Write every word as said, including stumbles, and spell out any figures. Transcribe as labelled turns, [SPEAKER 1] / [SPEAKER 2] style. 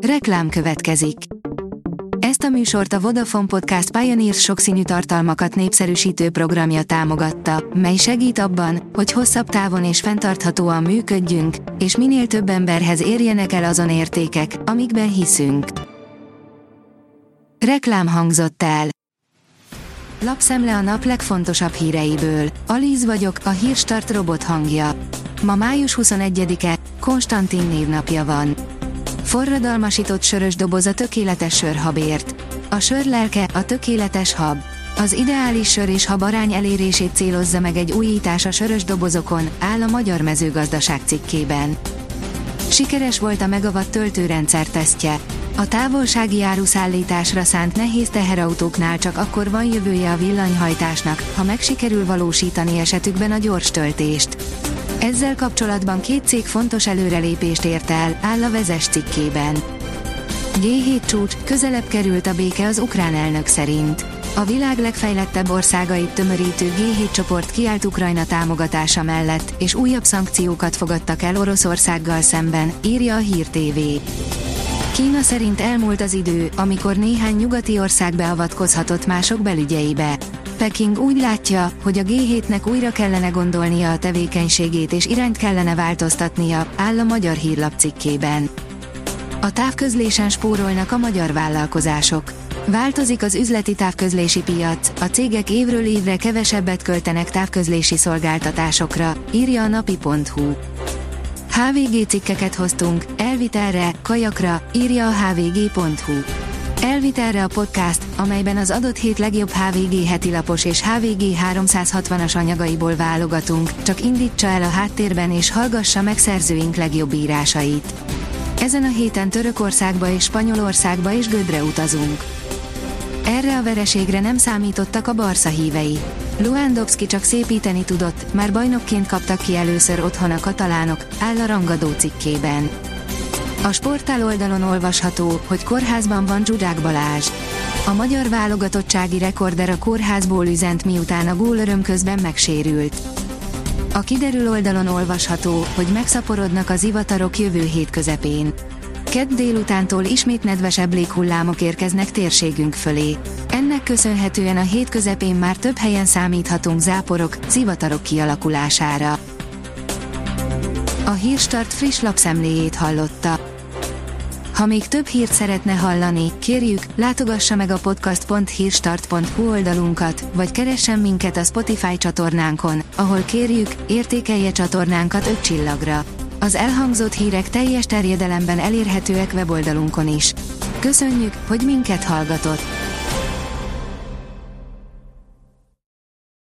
[SPEAKER 1] Reklám következik. Ezt a műsort a Vodafone Podcast Pioneers sokszínű tartalmakat népszerűsítő programja támogatta, mely segít abban, hogy hosszabb távon és fenntarthatóan működjünk, és minél több emberhez érjenek el azon értékek, amikben hiszünk. Reklám hangzott el. Lapszemle a nap legfontosabb híreiből. Alíz vagyok, a Hírstart robot hangja. Ma május huszonegyedike, Konstantin névnapja van. Forradalmasított sörös doboz a tökéletes sörhabért. A sör lelke, a tökéletes hab. Az ideális sör és hab arány elérését célozza meg egy újítás a sörös dobozokon, áll a Magyar Mezőgazdaság cikkében. Sikeres volt a Megawatt töltőrendszer tesztje. A távolsági áruszállításra szánt nehéz teherautóknál csak akkor van jövője a villanyhajtásnak, ha meg sikerül valósítani esetükben a gyors töltést. Ezzel kapcsolatban két cég fontos előrelépést ért el, áll a Vezes cikkében. gé hét csúcs, közelebb került a béke az ukrán elnök szerint. A világ legfejlettebb országait tömörítő gé hét csoport kiállt Ukrajna támogatása mellett, és újabb szankciókat fogadtak el Oroszországgal szemben, írja a Hír té vé. Kína szerint elmúlt az idő, amikor néhány nyugati ország beavatkozhatott mások belügyeibe. Peking úgy látja, hogy a gé hétnek újra kellene gondolnia a tevékenységét és irányt kellene változtatnia, áll a Magyar Hírlap cikkében. A távközlésen spórolnak a magyar vállalkozások. Változik az üzleti távközlési piac, a cégek évről évre kevesebbet költenek távközlési szolgáltatásokra, írja a napi pont hu. há vé gé cikkeket hoztunk, elvitelre, kajakra, írja a há vé gé pont hu. Elvitelre a podcast, amelyben az adott hét legjobb há vé gé hetilapos és há vé gé háromszázhatvanas anyagaiból válogatunk, csak indítsa el a háttérben és hallgassa meg szerzőink legjobb írásait. Ezen a héten Törökországba és Spanyolországba és Gödre utazunk. Erre a vereségre nem számítottak a Barca hívei. Lewandowski csak szépíteni tudott, már bajnokként kaptak ki először otthon a katalánok, áll a Rangadó cikkében. A Sportál oldalon olvasható, hogy kórházban van Zsuzsák Balázs. A magyar válogatottsági rekorder a kórházból üzent, miután a gólöröm közben megsérült. A Kiderül oldalon olvasható, hogy megszaporodnak az zivatarok jövő hét közepén. Kedd délutántól ismét nedvesebb léghullámok érkeznek térségünk fölé. Ennek köszönhetően a hét közepén már több helyen számíthatunk záporok, zivatarok kialakulására. A Hírstart friss lapszemléjét hallotta. Ha még több hírt szeretne hallani, kérjük, látogassa meg a podcast pont hírstart pont hu oldalunkat, vagy keressen minket a Spotify csatornánkon, ahol kérjük, értékelje csatornánkat öt csillagra. Az elhangzott hírek teljes terjedelemben elérhetőek weboldalunkon is. Köszönjük, hogy minket hallgatott!